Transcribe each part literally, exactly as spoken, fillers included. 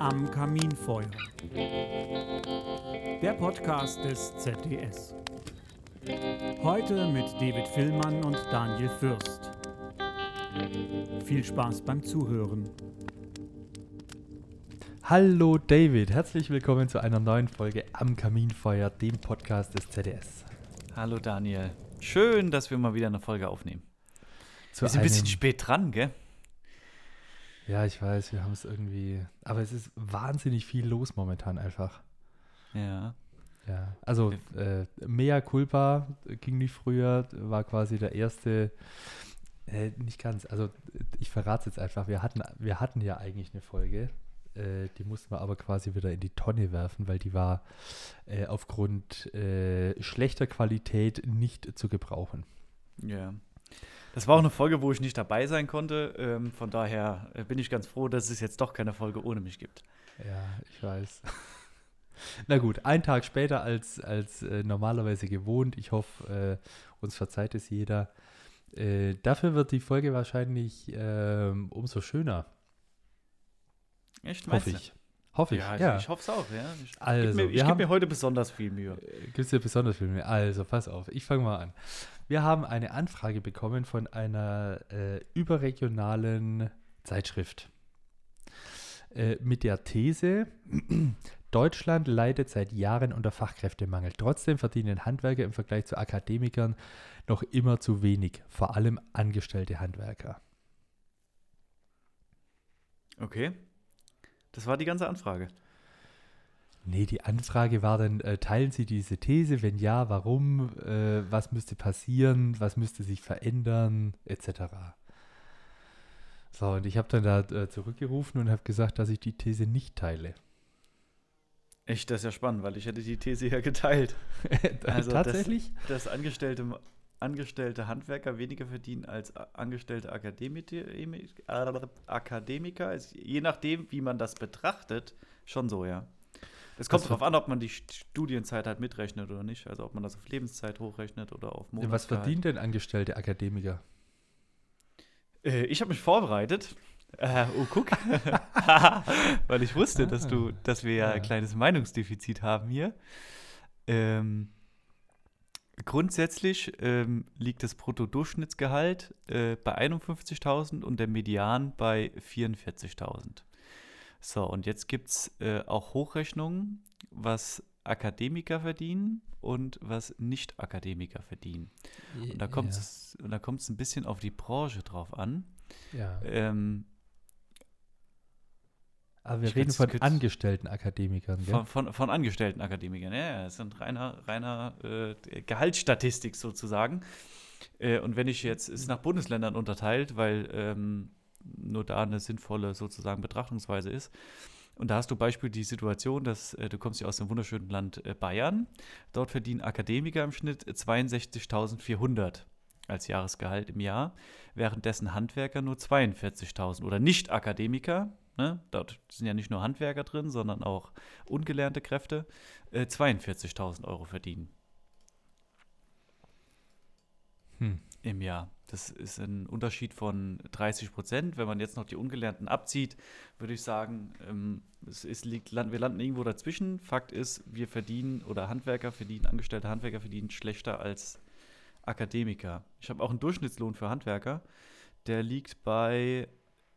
Am Kaminfeuer. Der Podcast des Z D S. Heute mit David Villmann und Daniel Fürst. Viel Spaß beim Zuhören. Hallo David, herzlich willkommen zu einer neuen Folge Am Kaminfeuer, dem Podcast des Z D S. Hallo Daniel, schön, dass wir mal wieder eine Folge aufnehmen. Zu wir sind ein bisschen einem- spät dran, gell? Ja, ich weiß, wir haben es irgendwie, aber es ist wahnsinnig viel los momentan einfach. Ja. Ja, also äh, Mea Culpa ging nicht früher, war quasi der erste, äh, nicht ganz, also ich verrate es jetzt einfach, wir hatten, wir hatten ja eigentlich eine Folge, äh, die mussten wir aber quasi wieder in die Tonne werfen, weil die war äh, aufgrund äh, schlechter Qualität nicht zu gebrauchen. Ja. Das war auch eine Folge, wo ich nicht dabei sein konnte. Ähm, von daher äh, bin ich ganz froh, dass es jetzt doch keine Folge ohne mich gibt. Ja, ich weiß. Na gut, ein Tag später als, als äh, normalerweise gewohnt. Ich hoffe, äh, uns verzeiht es jeder. Äh, dafür wird die Folge wahrscheinlich ähm, umso schöner. Echt, Hoffe meinst ich. Hoffe du? ich, Ja, ja. ich hoffe es auch. Ja. Ich Also, gebe mir, wir ich geb haben- mir heute besonders viel Mühe. Gibt es ja besonders viel mehr. Also, pass auf, ich fange mal an. Wir haben eine Anfrage bekommen von einer äh, überregionalen Zeitschrift äh, mit der These, Deutschland leidet seit Jahren unter Fachkräftemangel. Trotzdem verdienen Handwerker im Vergleich zu Akademikern noch immer zu wenig, vor allem angestellte Handwerker. Okay. Das war die ganze Anfrage. Nee, die Anfrage war dann, äh, teilen Sie diese These? Wenn ja, warum? Äh, was müsste passieren? Was müsste sich verändern? Etc. So, und ich habe dann da äh, zurückgerufen und habe gesagt, dass ich die These nicht teile. Echt, das ist ja spannend, weil ich hätte die These ja geteilt. Also Tatsächlich? Dass angestellte, angestellte Handwerker weniger verdienen als a- angestellte Akademiker, Akademiker ist, je nachdem, wie man das betrachtet, schon so, ja. Es kommt Was darauf an, ob man die Studienzeit halt mitrechnet oder nicht. Also ob man das auf Lebenszeit hochrechnet oder auf Monatsgehalt. Was verdienen denn angestellte Akademiker? Äh, ich habe mich vorbereitet. Äh, oh, guck. Weil ich wusste, dass du, dass wir ja Ja. ein kleines Meinungsdefizit haben hier. Ähm, grundsätzlich ähm, liegt das Bruttodurchschnittsgehalt äh, bei einundfünfzigtausend und der Median bei vierundvierzigtausend. So, und jetzt gibt es äh, auch Hochrechnungen, was Akademiker verdienen und was Nicht-Akademiker verdienen. Und da kommt es und da kommt's ein bisschen auf die Branche drauf an. Ja. Ähm, Aber wir ich reden würd's- von würd's- angestellten Akademikern, gell? von, von, von angestellten Akademikern. Ja, ja, das sind reiner, reiner äh, Gehaltsstatistik sozusagen. Äh, und wenn ich jetzt, ist nach Bundesländern unterteilt, weil ähm, nur da eine sinnvolle sozusagen Betrachtungsweise ist. Und da hast du Beispiel die Situation, dass äh, du kommst ja aus dem wunderschönen Land äh, Bayern. Dort verdienen Akademiker im Schnitt zweiundsechzigtausendvierhundert als Jahresgehalt im Jahr, währenddessen Handwerker nur zweiundvierzigtausend oder Nicht-Akademiker, ne? Dort sind ja nicht nur Handwerker drin, sondern auch ungelernte Kräfte, äh, zweiundvierzigtausend Euro verdienen Hm. im Jahr. Das ist ein Unterschied von dreißig Prozent. Wenn man jetzt noch die Ungelernten abzieht, würde ich sagen, ähm, es ist, liegt, land- wir landen irgendwo dazwischen. Fakt ist, wir verdienen, oder Handwerker verdienen, angestellte Handwerker verdienen schlechter als Akademiker. Ich habe auch einen Durchschnittslohn für Handwerker. Der liegt bei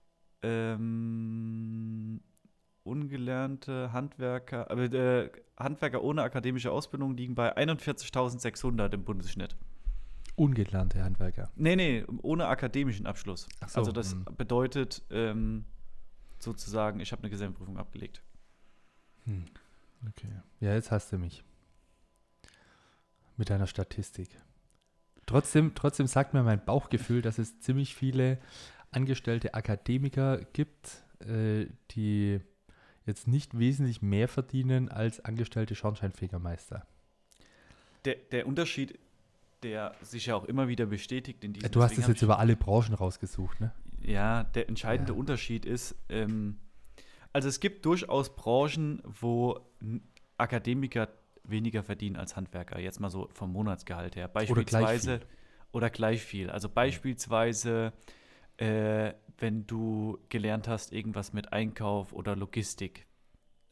ähm, ungelernte Handwerker, aber äh, Handwerker ohne akademische Ausbildung liegen bei einundvierzigtausendsechshundert im Bundesschnitt. Ungelernte Handwerker. Nee, nee, ohne akademischen Abschluss. Ach so, Also das hm. bedeutet ähm, sozusagen, ich habe eine Gesellenprüfung abgelegt. Hm. Okay. Ja, jetzt hast du mich. Mit deiner Statistik. Trotzdem, trotzdem sagt mir mein Bauchgefühl, dass es ziemlich viele angestellte Akademiker gibt, äh, die jetzt nicht wesentlich mehr verdienen als angestellte Schornsteinfegermeister. Der, der Unterschied, der sich ja auch immer wieder bestätigt in diesem Du hast es deswegen jetzt hab über alle Branchen rausgesucht, ne? ich, Ja, der entscheidende Ja. Unterschied ist, ähm, also es gibt durchaus Branchen, wo n- Akademiker weniger verdienen als Handwerker, jetzt mal so vom Monatsgehalt her. Beispielsweise viel. oder gleich viel. Also beispielsweise, äh, wenn du gelernt hast, irgendwas mit Einkauf oder Logistik.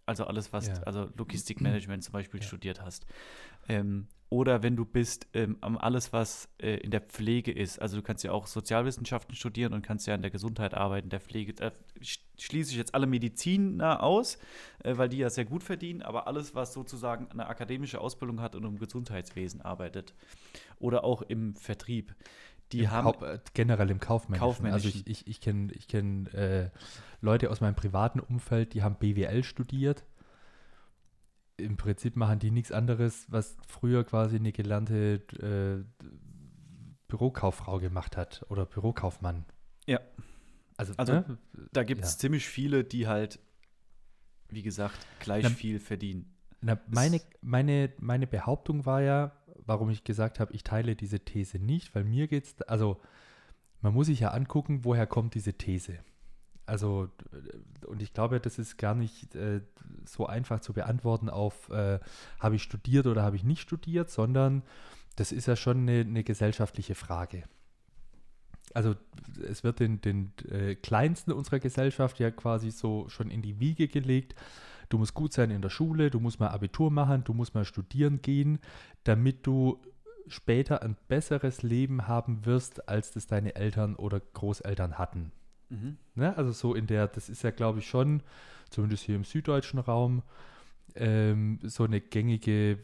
Also alles, was, Ja. also Logistikmanagement zum Beispiel Ja. studiert hast. Ähm, oder wenn du bist, ähm, am alles, was äh, in der Pflege ist. Also du kannst ja auch Sozialwissenschaften studieren und kannst ja in der Gesundheit arbeiten, der Pflege. Da sch- schließe ich jetzt alle Mediziner aus, äh, weil die ja sehr gut verdienen, aber alles, was sozusagen eine akademische Ausbildung hat und im Gesundheitswesen arbeitet. Oder auch im Vertrieb. Die Im haben Kau- äh, generell im Kaufmännischen. Kaufmännischen. Also ich, ich, ich kenne ich kenn, äh, Leute aus meinem privaten Umfeld, die haben B W L studiert. Im Prinzip machen die nichts anderes, was früher quasi eine gelernte äh, Bürokauffrau gemacht hat oder Bürokaufmann. Ja. Also, Also, ne? Da gibt es Ja. ziemlich viele, die halt, wie gesagt, gleich Na, viel verdienen. Na, meine, meine, meine Behauptung war ja, warum ich gesagt habe, ich teile diese These nicht, weil mir geht es, also man muss sich ja angucken, woher kommt diese These. Also, äh, und ich glaube, das ist gar nicht äh, so einfach zu beantworten auf, äh, habe ich studiert oder habe ich nicht studiert, sondern das ist ja schon eine, eine gesellschaftliche Frage. Also es wird den, den äh, Kleinsten unserer Gesellschaft ja quasi so schon in die Wiege gelegt. Du musst gut sein in der Schule, du musst mal Abitur machen, du musst mal studieren gehen, damit du später ein besseres Leben haben wirst, als das deine Eltern oder Großeltern hatten. Mhm. Ne? Also so in der, das ist ja glaube ich schon, zumindest hier im süddeutschen Raum, ähm, so eine gängige,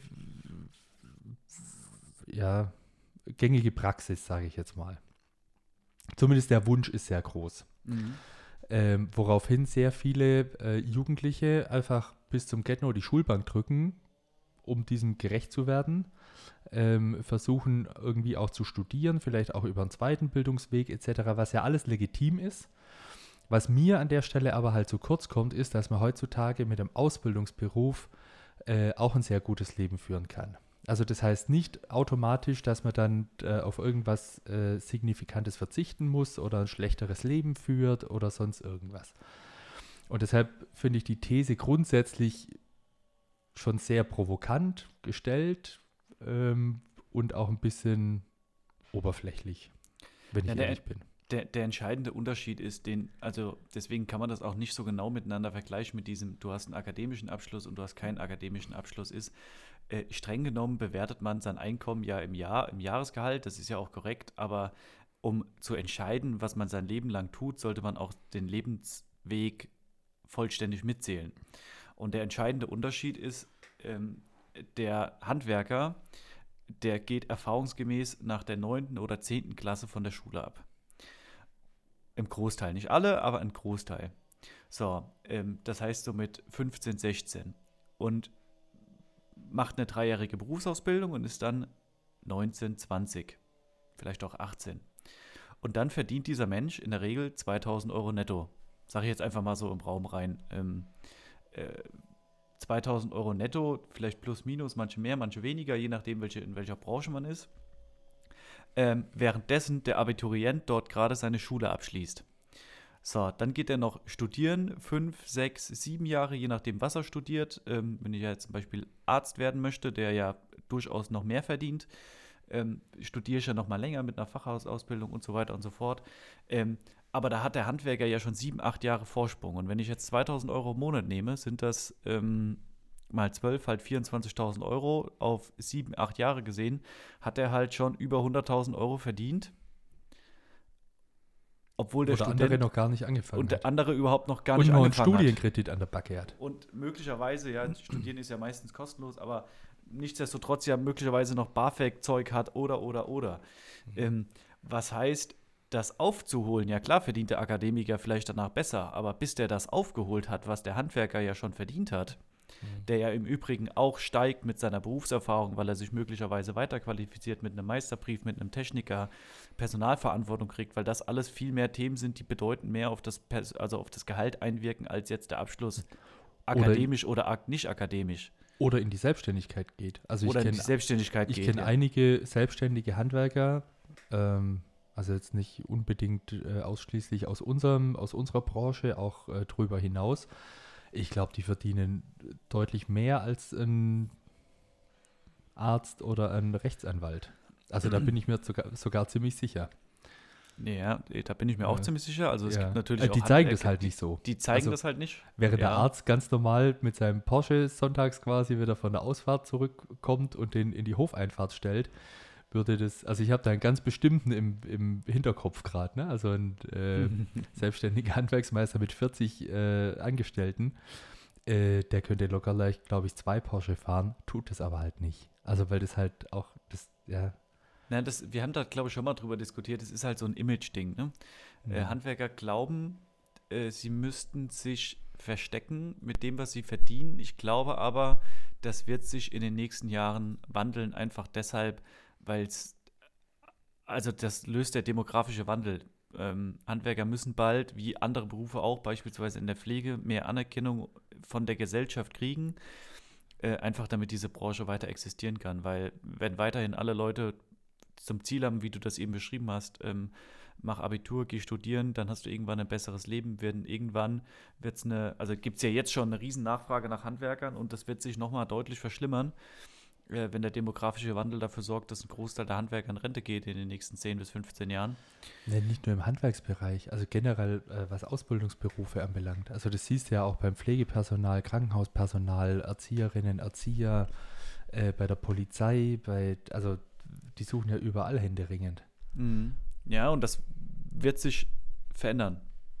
ja, gängige Praxis, sage ich jetzt mal. Zumindest der Wunsch ist sehr groß. Mhm. Ähm, woraufhin sehr viele äh, Jugendliche einfach bis zum Get-No die Schulbank drücken, um diesem gerecht zu werden, ähm, versuchen irgendwie auch zu studieren, vielleicht auch über einen zweiten Bildungsweg et cetera, was ja alles legitim ist. Was mir an der Stelle aber halt zu kurz kommt, ist, dass man heutzutage mit einem Ausbildungsberuf äh, auch ein sehr gutes Leben führen kann. Also das heißt nicht automatisch, dass man dann äh, auf irgendwas äh, Signifikantes verzichten muss oder ein schlechteres Leben führt oder sonst irgendwas. Und deshalb finde ich die These grundsätzlich schon sehr provokant gestellt ähm, und auch ein bisschen oberflächlich, wenn ich Ja, der- ehrlich bin. Der, der entscheidende Unterschied ist, den, also deswegen kann man das auch nicht so genau miteinander vergleichen mit diesem, du hast einen akademischen Abschluss und du hast keinen akademischen Abschluss, ist, äh, streng genommen bewertet man sein Einkommen ja im Jahr, im Jahresgehalt, das ist ja auch korrekt, aber um zu entscheiden, was man sein Leben lang tut, sollte man auch den Lebensweg vollständig mitzählen. Und der entscheidende Unterschied ist, ähm, der Handwerker, der geht erfahrungsgemäß nach der neunten oder zehnten Klasse von der Schule ab. Im Großteil, nicht alle, aber ein Großteil. So, ähm, das heißt so mit fünfzehn, sechzehn. Und macht eine dreijährige Berufsausbildung und ist dann neunzehn, zwanzig. Vielleicht auch achtzehn. Und dann verdient dieser Mensch in der Regel zweitausend Euro netto. Sage ich jetzt einfach mal so im Raum rein. Ähm, äh, zweitausend Euro netto, vielleicht plus minus, manche mehr, manche weniger, je nachdem, welche, in welcher Branche man ist. Ähm, währenddessen der Abiturient dort gerade seine Schule abschließt. So, dann geht er noch studieren, fünf, sechs, sieben Jahre, je nachdem, was er studiert. Ähm, wenn ich ja jetzt zum Beispiel Arzt werden möchte, der ja durchaus noch mehr verdient, ähm, studiere ich ja noch mal länger mit einer Fachhausausbildung und so weiter und so fort. Ähm, aber da hat der Handwerker ja schon sieben, acht Jahre Vorsprung. Und wenn ich jetzt zweitausend Euro im Monat nehme, sind das ähm, mal zwölf, halt vierundzwanzigtausend Euro auf sieben, acht Jahre gesehen, hat er halt schon über hunderttausend Euro verdient. Obwohl der Oder Student andere noch gar nicht angefangen und der hat. andere überhaupt noch gar Und nicht noch einen angefangen hat. Studienkredit an der Backe hat. Und möglicherweise, ja, Studieren ist ja meistens kostenlos, aber nichtsdestotrotz ja möglicherweise noch BAföG-Zeug hat oder, oder, oder. Mhm. Ähm, was heißt, das aufzuholen, ja klar verdient der Akademiker vielleicht danach besser, aber bis der das aufgeholt hat, was der Handwerker ja schon verdient hat, mhm. der ja im Übrigen auch steigt mit seiner Berufserfahrung, weil er sich möglicherweise weiterqualifiziert mit einem Meisterbrief, mit einem Techniker, Personalverantwortung kriegt, weil das alles viel mehr Themen sind, die bedeutend mehr auf das, Pers- also auf das Gehalt einwirken, als jetzt der Abschluss akademisch oder, oder nicht akademisch. Oder in die Selbstständigkeit geht. Also oder ich in die kenn, Selbstständigkeit Ich geht. kenne ja. einige selbstständige Handwerker, ähm, also jetzt nicht unbedingt äh, ausschließlich aus unserem, aus unserer Branche, auch äh, drüber hinaus. Ich glaube, die verdienen deutlich mehr als ein Arzt oder ein Rechtsanwalt. Also da bin ich mir sogar, sogar ziemlich sicher. Ja, da bin ich mir auch Ja. ziemlich sicher. Also es Ja. gibt natürlich Äh, auch die zeigen Handwerker, das halt die, nicht so. Die zeigen Also, das halt nicht. Während der Ja. Arzt ganz normal mit seinem Porsche sonntags quasi wieder von der Ausfahrt zurückkommt und den in die Hofeinfahrt stellt, würde das, also ich habe da einen ganz bestimmten im, im Hinterkopf gerade, ne? Also ein äh, selbstständiger Handwerksmeister mit vierzig äh, Angestellten, äh, der könnte locker leicht, glaube ich, zwei Porsche fahren, tut das aber halt nicht. Also weil das halt auch, das, ja. Na, das, wir haben da, glaube ich, schon mal drüber diskutiert. Es ist halt so ein Image-Ding. Ne? Mhm. Äh, Handwerker glauben, äh, sie müssten sich verstecken mit dem, was sie verdienen. Ich glaube aber, das wird sich in den nächsten Jahren wandeln, einfach deshalb, weil es, also das löst der demografische Wandel. Ähm, Handwerker müssen bald, wie andere Berufe auch, beispielsweise in der Pflege, mehr Anerkennung von der Gesellschaft kriegen, äh, einfach damit diese Branche weiter existieren kann. Weil wenn weiterhin alle Leute zum Ziel haben, wie du das eben beschrieben hast, ähm, mach Abitur, geh studieren, dann hast du irgendwann ein besseres Leben, werden irgendwann wird es eine, also gibt es ja jetzt schon eine riesen Nachfrage nach Handwerkern und das wird sich nochmal deutlich verschlimmern, äh, wenn der demografische Wandel dafür sorgt, dass ein Großteil der Handwerker in Rente geht in den nächsten zehn bis fünfzehn Jahren. Nee, nicht nur im Handwerksbereich, also generell, äh, was Ausbildungsberufe anbelangt. Also das siehst du ja auch beim Pflegepersonal, Krankenhauspersonal, Erzieherinnen, Erzieher, äh, bei der Polizei, bei, also die suchen ja überall händeringend. Mhm. Ja, und das wird sich verändern.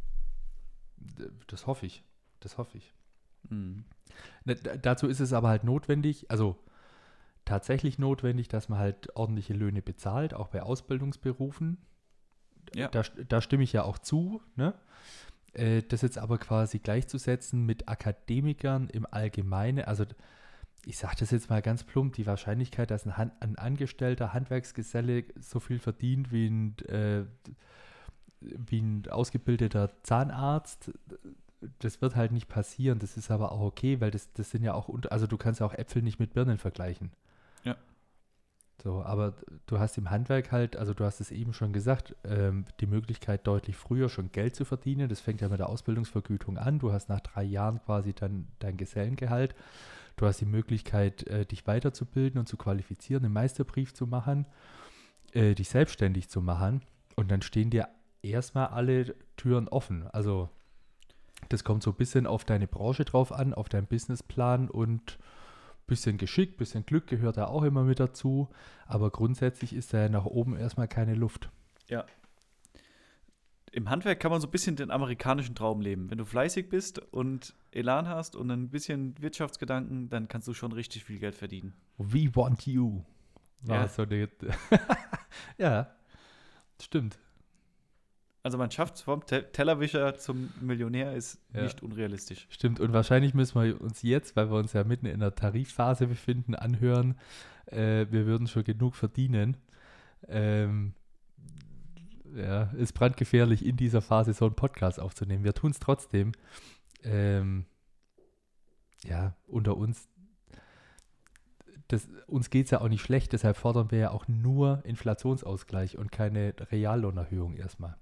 Das hoffe ich. Das hoffe ich. Mhm. D- dazu ist es aber halt notwendig, also tatsächlich notwendig, dass man halt ordentliche Löhne bezahlt, auch bei Ausbildungsberufen. Ja. Da, da stimme ich ja auch zu, ne? Äh, das jetzt aber quasi gleichzusetzen mit Akademikern im Allgemeinen, also ich sage das jetzt mal ganz plump, die Wahrscheinlichkeit, dass ein, Han- ein angestellter Handwerksgeselle so viel verdient wie ein, äh, wie ein ausgebildeter Zahnarzt, das wird halt nicht passieren. Das ist aber auch okay, weil das, das sind ja auch, unter, also du kannst ja auch Äpfel nicht mit Birnen vergleichen. Ja. So, aber du hast im Handwerk halt, also du hast es eben schon gesagt, ähm, die Möglichkeit deutlich früher schon Geld zu verdienen. Das fängt ja mit der Ausbildungsvergütung an. Du hast nach drei Jahren quasi dann dein Gesellengehalt. Du hast die Möglichkeit, äh, dich weiterzubilden und zu qualifizieren, einen Meisterbrief zu machen, äh, dich selbstständig zu machen. Und dann stehen dir erstmal alle Türen offen. Also das kommt so ein bisschen auf deine Branche drauf an, auf deinen Businessplan und ein bisschen Geschick, ein bisschen Glück gehört da auch immer mit dazu. Aber grundsätzlich ist da ja nach oben erstmal keine Luft. Ja. Im Handwerk kann man so ein bisschen den amerikanischen Traum leben. Wenn du fleißig bist und Elan hast und ein bisschen Wirtschaftsgedanken, dann kannst du schon richtig viel Geld verdienen. We want you. War Ja. so eine ja, stimmt. Also man schafft es vom Te- Tellerwischer zum Millionär, ist Ja. nicht unrealistisch. Stimmt, und wahrscheinlich müssen wir uns jetzt, weil wir uns ja mitten in der Tarifphase befinden, anhören, äh, wir würden schon genug verdienen. Ähm, ja, ist brandgefährlich, in dieser Phase so einen Podcast aufzunehmen. Wir tun es trotzdem. Ähm, ja, unter uns, das, uns geht es ja auch nicht schlecht, deshalb fordern wir ja auch nur Inflationsausgleich und keine Reallohnerhöhung erstmal.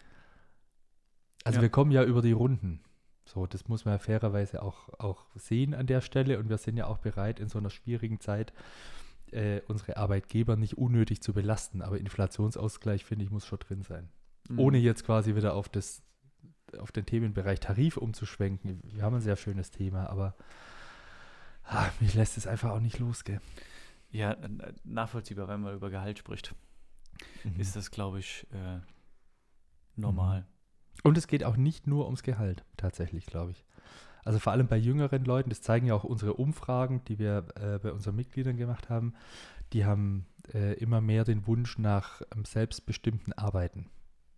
Also Ja. wir kommen ja über die Runden. So, das muss man ja fairerweise auch, auch sehen an der Stelle und wir sind ja auch bereit, in so einer schwierigen Zeit äh, unsere Arbeitgeber nicht unnötig zu belasten. Aber Inflationsausgleich, finde ich, muss schon drin sein. Mhm. Ohne jetzt quasi wieder auf, das, auf den Themenbereich Tarif umzuschwenken. Wir haben ein sehr schönes Thema, aber ah, mich lässt es einfach auch nicht los, gell? Ja, äh, nachvollziehbar, wenn man über Gehalt spricht, Mhm. ist das, glaube ich, äh, normal. Und es geht auch nicht nur ums Gehalt, tatsächlich, glaube ich. Also vor allem bei jüngeren Leuten, das zeigen ja auch unsere Umfragen, die wir äh, bei unseren Mitgliedern gemacht haben, die haben äh, immer mehr den Wunsch nach ähm, selbstbestimmten Arbeiten.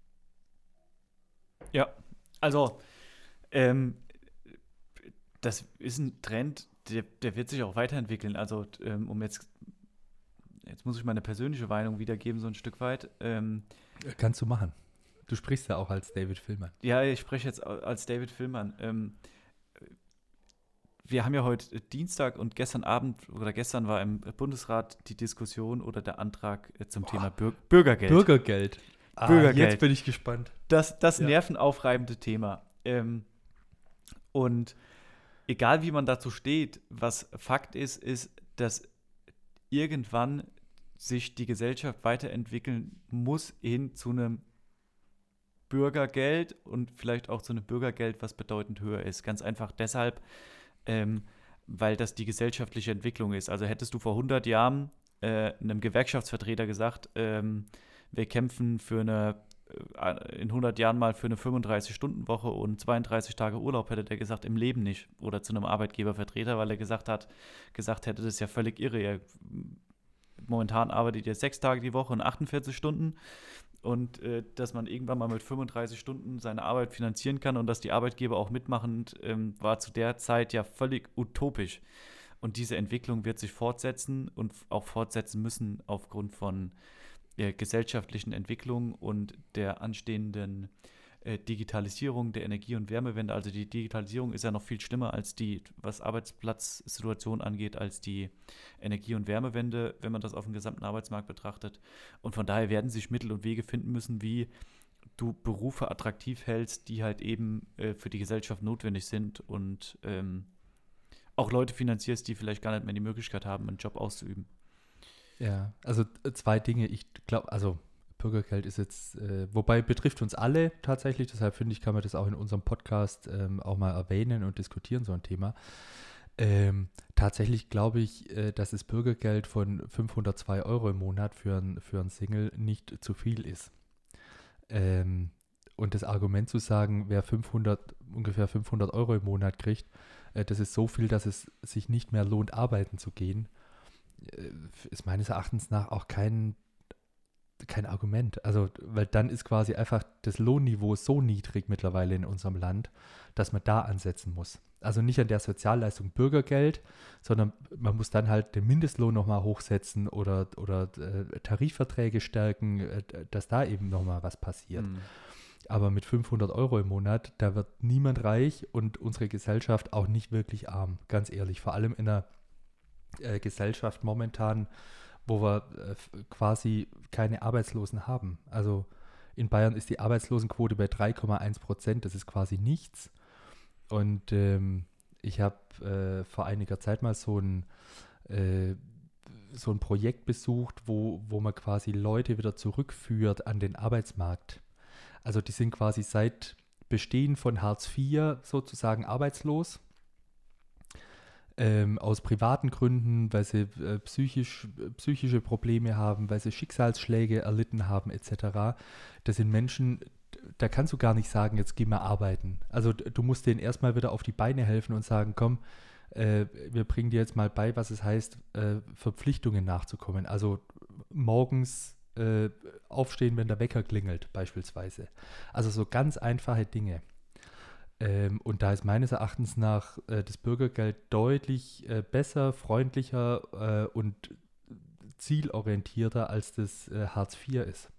Ja, also ähm, das ist ein Trend, der, der wird sich auch weiterentwickeln. Also ähm, um jetzt, jetzt muss ich meine persönliche Meinung wiedergeben, so ein Stück weit. Ähm, Kannst du machen. Du sprichst ja auch als David Villmann. ja, ich spreche jetzt als David Villmann. Ähm, wir haben ja heute Dienstag und gestern Abend oder gestern war im Bundesrat die Diskussion oder der Antrag äh, zum Boah. Thema Bür- Bürgergeld. Bürgergeld. Ah, Bürgergeld. Jetzt bin ich gespannt. Das, das Ja. nervenaufreibende Thema. Ähm, und egal wie man dazu steht, was Fakt ist, ist, dass irgendwann sich die Gesellschaft weiterentwickeln muss hin zu einem Bürgergeld und vielleicht auch zu einem Bürgergeld, was bedeutend höher ist. Ganz einfach deshalb, ähm, weil das die gesellschaftliche Entwicklung ist. Also hättest du vor hundert Jahren äh, einem Gewerkschaftsvertreter gesagt, ähm, wir kämpfen für eine, äh, in hundert Jahren mal für eine fünfunddreißig-Stunden-Woche und zweiunddreißig Tage Urlaub, hätte der gesagt, im Leben nicht. Oder zu einem Arbeitgebervertreter, weil er gesagt hat, gesagt hätte, das ist ja völlig irre. Er, momentan arbeitet ihr sechs Tage die Woche und achtundvierzig Stunden. Und äh, dass man irgendwann mal mit fünfunddreißig Stunden seine Arbeit finanzieren kann und dass die Arbeitgeber auch mitmachen, ähm, war zu der Zeit ja völlig utopisch. Und diese Entwicklung wird sich fortsetzen und auch fortsetzen müssen aufgrund von äh, gesellschaftlichen Entwicklungen und der anstehenden äh, Digitalisierung der Energie- und Wärmewende. Also die Digitalisierung ist ja noch viel schlimmer als die, was Arbeitsplatzsituation angeht, als die Energie- und Wärmewende, wenn man das auf dem gesamten Arbeitsmarkt betrachtet. Und von daher werden sich Mittel und Wege finden müssen, wie du Berufe attraktiv hältst, die halt eben äh, für die Gesellschaft notwendig sind und ähm, auch Leute finanzierst, die vielleicht gar nicht mehr die Möglichkeit haben, einen Job auszuüben. Ja, also äh, zwei Dinge. Ich glaube, also Bürgergeld ist jetzt, äh, wobei betrifft uns alle tatsächlich, deshalb finde ich, kann man das auch in unserem Podcast ähm, auch mal erwähnen und diskutieren, so ein Thema. Ähm, tatsächlich glaube ich, äh, dass das Bürgergeld von fünfhundertzwei Euro im Monat für ein, für ein Single nicht zu viel ist. Ähm, und das Argument zu sagen, wer fünfhundert, ungefähr fünfhundert Euro im Monat kriegt, äh, das ist so viel, dass es sich nicht mehr lohnt, arbeiten zu gehen, äh, ist meines Erachtens nach auch kein kein Argument. Also, weil dann ist quasi einfach das Lohnniveau so niedrig mittlerweile in unserem Land, dass man da ansetzen muss. Also nicht an der Sozialleistung Bürgergeld, sondern man muss dann halt den Mindestlohn nochmal hochsetzen oder, oder äh, Tarifverträge stärken, äh, dass da eben nochmal was passiert. Mhm. Aber mit fünfhundert Euro im Monat, da wird niemand reich und unsere Gesellschaft auch nicht wirklich arm, ganz ehrlich. Vor allem in einer äh, Gesellschaft momentan, wo wir äh, quasi keine Arbeitslosen haben. Also in Bayern ist die Arbeitslosenquote bei drei Komma eins Prozent, das ist quasi nichts. Und ähm, ich habe äh, vor einiger Zeit mal so ein, äh, so ein Projekt besucht, wo, wo man quasi Leute wieder zurückführt an den Arbeitsmarkt. Also die sind quasi seit Bestehen von Hartz vier sozusagen arbeitslos. Ähm, aus privaten Gründen, weil sie äh, psychisch, äh, psychische Probleme haben, weil sie Schicksalsschläge erlitten haben, et cetera. Das sind Menschen, da kannst du gar nicht sagen, jetzt geh mal arbeiten. Also du musst denen erstmal wieder auf die Beine helfen und sagen, komm, äh, wir bringen dir jetzt mal bei, was es heißt, äh, Verpflichtungen nachzukommen. Also morgens äh, aufstehen, wenn der Wecker klingelt, beispielsweise. Also so ganz einfache Dinge. Ähm, und da ist meines Erachtens nach äh, das Bürgergeld deutlich äh, besser, freundlicher äh, und zielorientierter, als das äh, Hartz vier ist.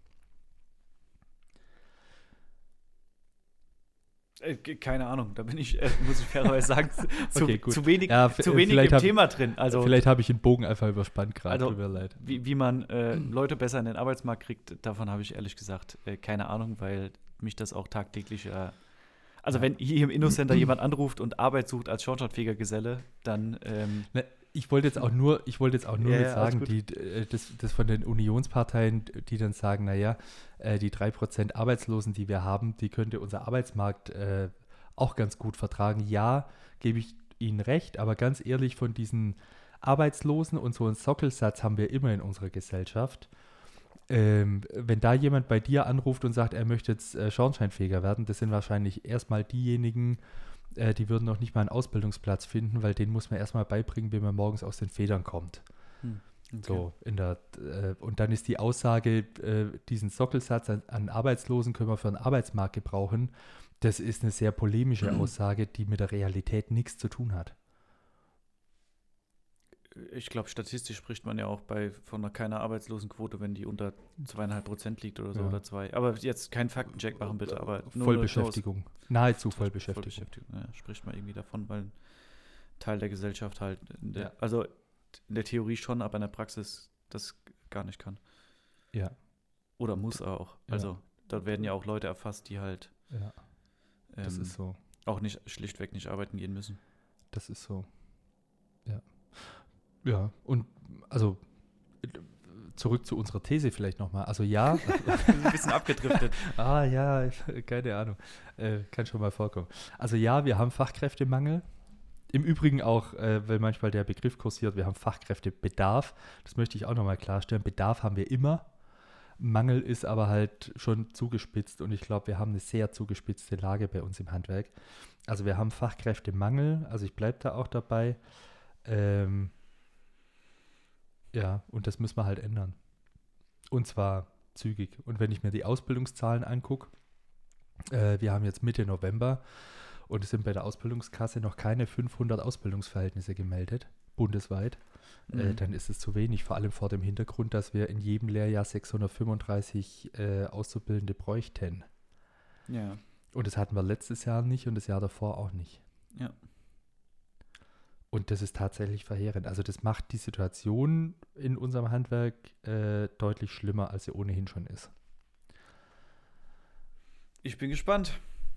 Äh, Keine Ahnung, da bin ich, äh, muss ich fairerweise sagen, zu, Okay, gut. zu wenig, Ja, zu wenig im hab, Thema drin. Also, vielleicht habe ich den Bogen einfach überspannt gerade, also, tut mir leid. Wie, wie man äh, Leute besser in den Arbeitsmarkt kriegt, davon habe ich ehrlich gesagt äh, keine Ahnung, weil mich das auch tagtäglich äh, Also ja. wenn hier im InnoCenter jemand anruft und Arbeit sucht als Schornsteinfegergeselle, dann ähm ne, ich wollte jetzt auch nur, ich wollte jetzt auch nur ja, mit ja, sagen, die, das, das von den Unionsparteien, die dann sagen, naja, äh, die drei Prozent Arbeitslosen, die wir haben, die könnte unser Arbeitsmarkt äh, auch ganz gut vertragen. Ja, gebe ich Ihnen recht, aber ganz ehrlich, von diesen Arbeitslosen und so einen Sockelsatz haben wir immer in unserer Gesellschaft. Ähm, wenn da jemand bei dir anruft und sagt, er möchte jetzt äh, Schornsteinfeger werden, das sind wahrscheinlich erstmal diejenigen, äh, die würden noch nicht mal einen Ausbildungsplatz finden, weil denen muss man erstmal beibringen, wie man morgens aus den Federn kommt. hm, okay. So, in der, äh, und dann ist die Aussage, äh, diesen Sockelsatz an, an Arbeitslosen können wir für den Arbeitsmarkt gebrauchen. Das ist eine sehr polemische Aussage, die mit der Realität nichts zu tun hat. Ich glaube, statistisch spricht man ja auch bei von einer keiner Arbeitslosenquote, wenn die unter zweieinhalb Prozent liegt oder so, Ja. oder zwei. Aber jetzt keinen Faktencheck machen, bitte. Aber nur Vollbeschäftigung. Nahezu Voll- Vollbeschäftigung. Vollbeschäftigung. Ja, spricht man irgendwie davon, weil ein Teil der Gesellschaft halt, in der, Ja. also in der Theorie schon, aber in der Praxis das gar nicht kann. Ja. Oder muss auch. Ja. Also dort werden ja auch Leute erfasst, die halt Ja, das ähm, ist so. auch nicht schlichtweg nicht arbeiten gehen müssen. Das ist so. Ja. Ja, und also zurück zu unserer These vielleicht nochmal. Also ja. Ein bisschen abgedriftet. ah ja, keine Ahnung. Äh, kann schon mal vorkommen. Also ja, wir haben Fachkräftemangel. Im Übrigen auch, äh, weil manchmal der Begriff kursiert, wir haben Fachkräftebedarf. Das möchte ich auch nochmal klarstellen. Bedarf haben wir immer. Mangel ist aber halt schon zugespitzt und ich glaube, wir haben eine sehr zugespitzte Lage bei uns im Handwerk. Also wir haben Fachkräftemangel, also ich bleibe da auch dabei. Ähm, ja, und das müssen wir halt ändern. Und zwar zügig. Und wenn ich mir die Ausbildungszahlen angucke, äh, wir haben jetzt Mitte November und es sind bei der Ausbildungskasse noch keine fünfhundert Ausbildungsverhältnisse gemeldet, bundesweit. Mhm. Äh, dann ist es zu wenig, vor allem vor dem Hintergrund, dass wir in jedem Lehrjahr sechshundertfünfunddreißig äh, Auszubildende bräuchten. Ja. Und das hatten wir letztes Jahr nicht und das Jahr davor auch nicht. Ja. Und das ist tatsächlich verheerend. Also das macht die Situation in unserem Handwerk äh, deutlich schlimmer, als sie ohnehin schon ist. Ich bin gespannt.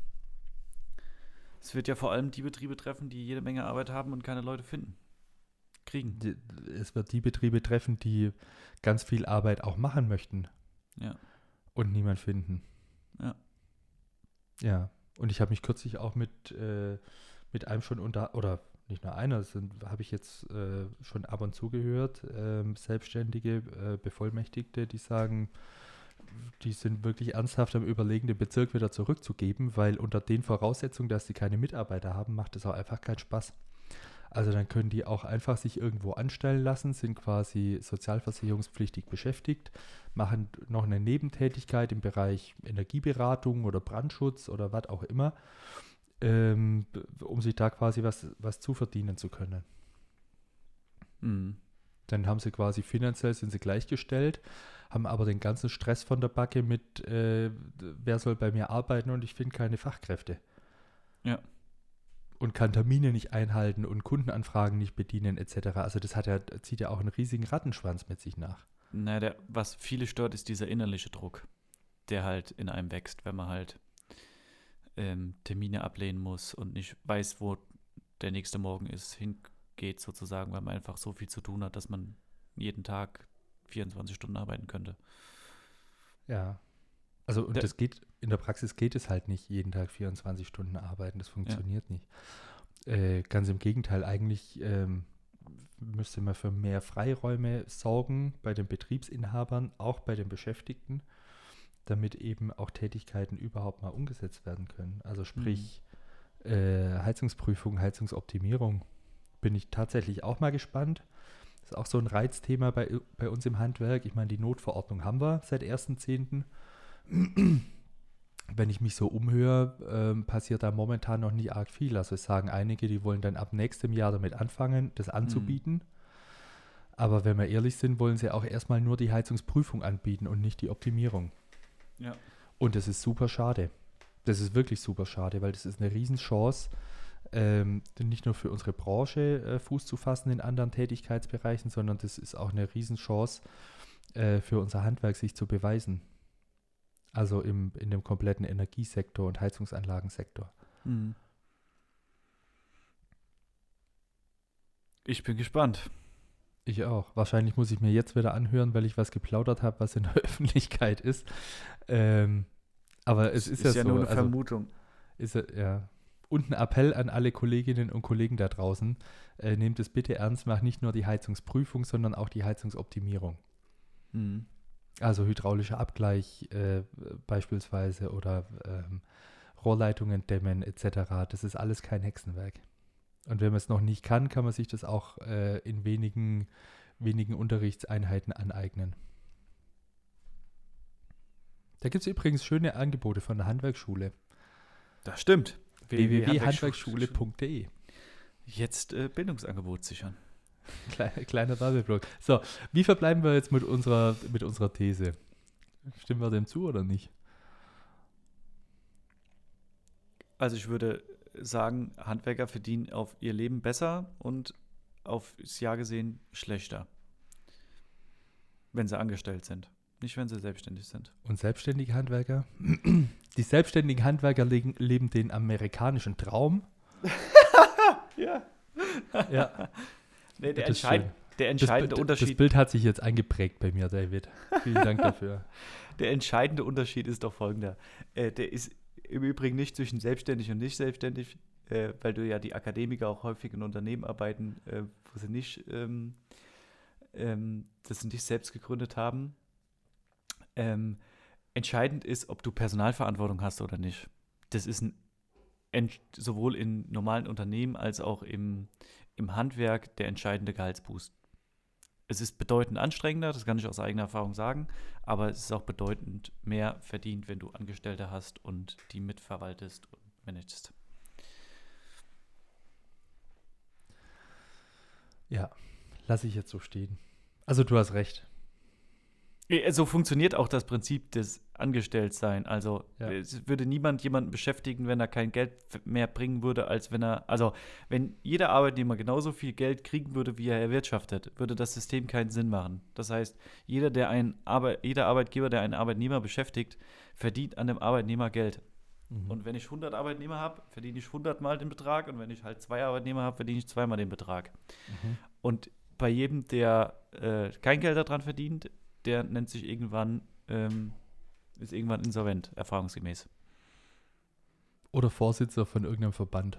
Es wird ja vor allem die Betriebe treffen, die jede Menge Arbeit haben und keine Leute finden. Kriegen. Die, es wird die Betriebe treffen, die ganz viel Arbeit auch machen möchten. Ja. Und niemand finden. Ja. Ja. Und ich habe mich kürzlich auch mit, äh, mit einem schon unter, oder nicht nur einer, das habe ich jetzt äh, schon ab und zu gehört, äh, Selbstständige, äh, Bevollmächtigte, die sagen, die sind wirklich ernsthaft am Überlegen, den Bezirk wieder zurückzugeben, weil unter den Voraussetzungen, dass sie keine Mitarbeiter haben, macht es auch einfach keinen Spaß. Also dann können die auch einfach sich irgendwo anstellen lassen, sind quasi sozialversicherungspflichtig beschäftigt, machen noch eine Nebentätigkeit im Bereich Energieberatung oder Brandschutz oder was auch immer, ähm, um sich da quasi was, was zuverdienen zu können. Mhm. Dann haben sie quasi finanziell, sind sie gleichgestellt, haben aber den ganzen Stress von der Backe mit, äh, wer soll bei mir arbeiten und ich finde keine Fachkräfte. Ja. Und kann Termine nicht einhalten und Kundenanfragen nicht bedienen et cetera. Also das hat ja, zieht ja auch einen riesigen Rattenschwanz mit sich nach. Na, der, was viele stört, ist dieser innerliche Druck, der halt in einem wächst, wenn man halt ähm, Termine ablehnen muss und nicht weiß, wo der nächste Morgen ist, hingeht sozusagen, weil man einfach so viel zu tun hat, dass man jeden Tag vierundzwanzig Stunden arbeiten könnte. Ja. Also und Der, das geht, in der Praxis geht es halt nicht, jeden Tag vierundzwanzig Stunden arbeiten, das funktioniert ja. nicht. Äh, ganz im Gegenteil, eigentlich ähm, müsste man für mehr Freiräume sorgen bei den Betriebsinhabern, auch bei den Beschäftigten, damit eben auch Tätigkeiten überhaupt mal umgesetzt werden können. Also sprich mhm. äh, Heizungsprüfung, Heizungsoptimierung, bin ich tatsächlich auch mal gespannt. Das ist auch so ein Reizthema bei, bei uns im Handwerk. Ich meine, die Notverordnung haben wir seit ersten zehnten Wenn ich mich so umhöre, ähm, passiert da momentan noch nicht arg viel. Also es sagen einige, die wollen dann ab nächstem Jahr damit anfangen, das anzubieten. Mhm. Aber wenn wir ehrlich sind, wollen sie auch erstmal nur die Heizungsprüfung anbieten und nicht die Optimierung. Ja. Und das ist super schade. Das ist wirklich super schade, weil das ist eine Riesenchance, ähm, nicht nur für unsere Branche äh, Fuß zu fassen in anderen Tätigkeitsbereichen, sondern das ist auch eine Riesenchance äh, für unser Handwerk, sich zu beweisen. Also im, in dem kompletten Energiesektor und Heizungsanlagensektor. Mhm. Ich bin gespannt. Ich auch. Wahrscheinlich muss ich mir jetzt wieder anhören, weil ich was geplaudert habe, was in der Öffentlichkeit ist. Ähm, aber es ist, ist ja, ja so. Ist ja nur eine also, Vermutung. Ist ja. Und ein Appell an alle Kolleginnen und Kollegen da draußen. Äh, nehmt es bitte ernst, macht nicht nur die Heizungsprüfung, sondern auch die Heizungsoptimierung. Mhm. Also hydraulischer Abgleich äh, beispielsweise oder ähm, Rohrleitungen dämmen et cetera. Das ist alles kein Hexenwerk. Und wenn man es noch nicht kann, kann man sich das auch äh, in wenigen, wenigen Unterrichtseinheiten aneignen. Da gibt es übrigens schöne Angebote von der Handwerksschule. Das stimmt. w w w punkt handwerksschule punkt d e Jetzt äh, Bildungsangebot sichern. Kleiner, kleiner Werbeblock. So, wie verbleiben wir jetzt mit unserer, mit unserer These? Stimmen wir dem zu oder nicht? Also ich würde sagen, Handwerker verdienen auf ihr Leben besser und aufs Jahr gesehen schlechter, wenn sie angestellt sind. Nicht, wenn sie selbstständig sind. Und selbstständige Handwerker? Die selbstständigen Handwerker legen, leben den amerikanischen Traum. Ja. Ja. Nee, der, Entscheid, der entscheidende das, Unterschied. Das Bild hat sich jetzt eingeprägt bei mir, David. Vielen Dank dafür. Der entscheidende Unterschied ist doch folgender. Äh, der ist im Übrigen nicht zwischen selbstständig und nicht selbstständig, äh, weil du ja die Akademiker auch häufig in Unternehmen arbeiten, äh, wo sie nicht, ähm, ähm, das sie nicht selbst gegründet haben. Ähm, entscheidend ist, ob du Personalverantwortung hast oder nicht. Das ist ein, ent, sowohl in normalen Unternehmen als auch im, im Handwerk der entscheidende Gehaltsboost. Es ist bedeutend anstrengender, das kann ich aus eigener Erfahrung sagen, aber es ist auch bedeutend mehr verdient, wenn du Angestellte hast und die mitverwaltest und managst. Ja, lasse ich jetzt so stehen. Also du hast recht. So funktioniert auch das Prinzip des Angestelltsein. Also Ja. es würde niemand jemanden beschäftigen, wenn er kein Geld mehr bringen würde, als wenn er, also wenn jeder Arbeitnehmer genauso viel Geld kriegen würde, wie er erwirtschaftet, würde das System keinen Sinn machen. Das heißt, jeder, der einen Arbeit, jeder Arbeitgeber, der einen Arbeitnehmer beschäftigt, verdient an dem Arbeitnehmer Geld. Mhm. Und wenn ich hundert Arbeitnehmer habe, verdiene ich hundert Mal den Betrag, und wenn ich halt zwei Arbeitnehmer habe, verdiene ich zweimal den Betrag. Mhm. Und bei jedem, der äh, kein Geld daran verdient, der nennt sich irgendwann, ähm, ist irgendwann insolvent, erfahrungsgemäß. Oder Vorsitzender von irgendeinem Verband.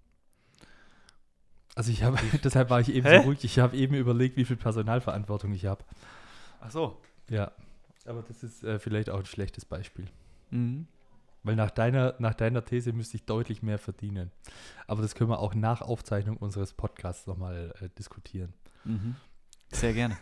Also ich habe, deshalb war ich eben Hä? so ruhig, ich habe eben überlegt, wie viel Personalverantwortung ich habe. Ach so. Ja, aber das ist äh, vielleicht auch ein schlechtes Beispiel. Mhm. Weil nach deiner, nach deiner These müsste ich deutlich mehr verdienen. Aber das können wir auch nach Aufzeichnung unseres Podcasts nochmal äh, diskutieren. Mhm. Sehr gerne.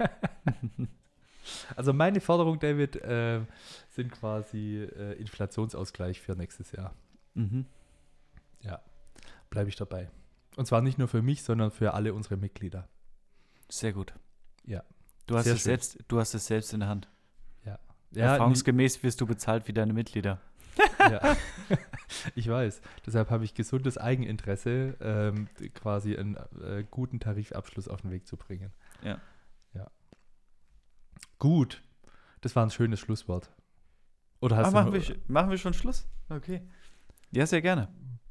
Also meine Forderung, David, äh, sind quasi äh, Inflationsausgleich für nächstes Jahr. Mhm. Ja, bleibe ich dabei. Und zwar nicht nur für mich, sondern für alle unsere Mitglieder. Sehr gut. Ja. Du hast, Sehr es schön. selbst, du hast es selbst in der Hand. Ja. ja Erfahrungsgemäß wirst du bezahlt wie deine Mitglieder. Ja, ich weiß. Deshalb habe ich gesundes Eigeninteresse, ähm, quasi einen äh, guten Tarifabschluss auf den Weg zu bringen. Ja. Ja. Gut. Das war ein schönes Schlusswort. Oder hast Ach, du machen, noch, wir, machen wir schon Schluss? Okay. Ja, sehr gerne.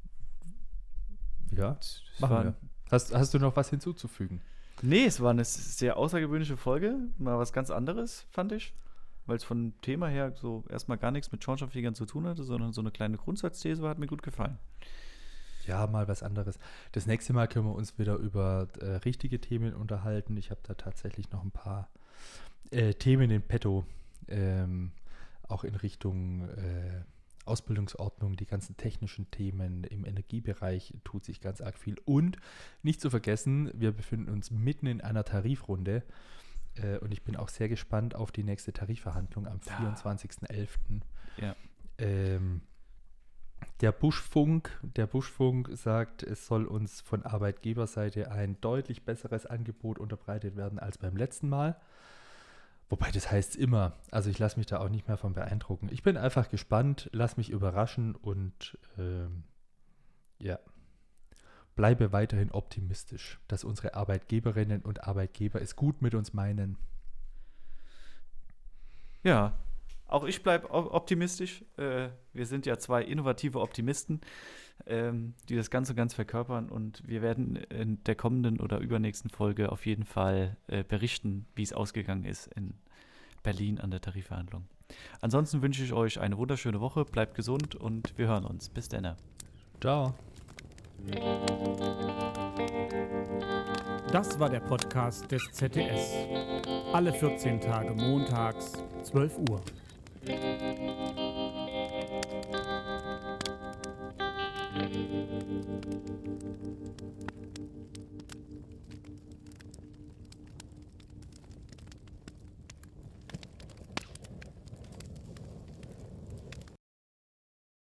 Ja, Das machen war, wir. Hast, hast du noch was hinzuzufügen? Nee, es war eine sehr außergewöhnliche Folge. Mal was ganz anderes, fand ich. Weil es von Thema her so erstmal gar nichts mit Schornsteinfegern zu tun hatte, sondern so eine kleine Grundsatzthese war, hat mir gut gefallen. Ja, mal was anderes. Das nächste Mal können wir uns wieder über äh, richtige Themen unterhalten. Ich habe da tatsächlich noch ein paar äh, Themen in petto, ähm, auch in Richtung äh, Ausbildungsordnung, die ganzen technischen Themen im Energiebereich tut sich ganz arg viel. Und nicht zu vergessen, wir befinden uns mitten in einer Tarifrunde. Äh, und ich bin auch sehr gespannt auf die nächste Tarifverhandlung am vierundzwanzigsten elften Ja. Ähm, der Buschfunk, der Buschfunk sagt, es soll uns von Arbeitgeberseite ein deutlich besseres Angebot unterbreitet werden als beim letzten Mal. Wobei das heißt immer, also ich lasse mich da auch nicht mehr von beeindrucken. Ich bin einfach gespannt, lass mich überraschen und ähm, ja, bleibe weiterhin optimistisch, dass unsere Arbeitgeberinnen und Arbeitgeber es gut mit uns meinen. Ja, auch ich bleibe optimistisch. Äh, wir sind ja zwei innovative Optimisten, ähm, die das Ganze ganz verkörpern. Und wir werden in der kommenden oder übernächsten Folge auf jeden Fall äh, berichten, wie es ausgegangen ist in Berlin an der Tarifverhandlung. Ansonsten wünsche ich euch eine wunderschöne Woche. Bleibt gesund und wir hören uns. Bis dann. Ciao. Das war der Podcast des Z D S. Alle vierzehn Tage montags, zwölf Uhr.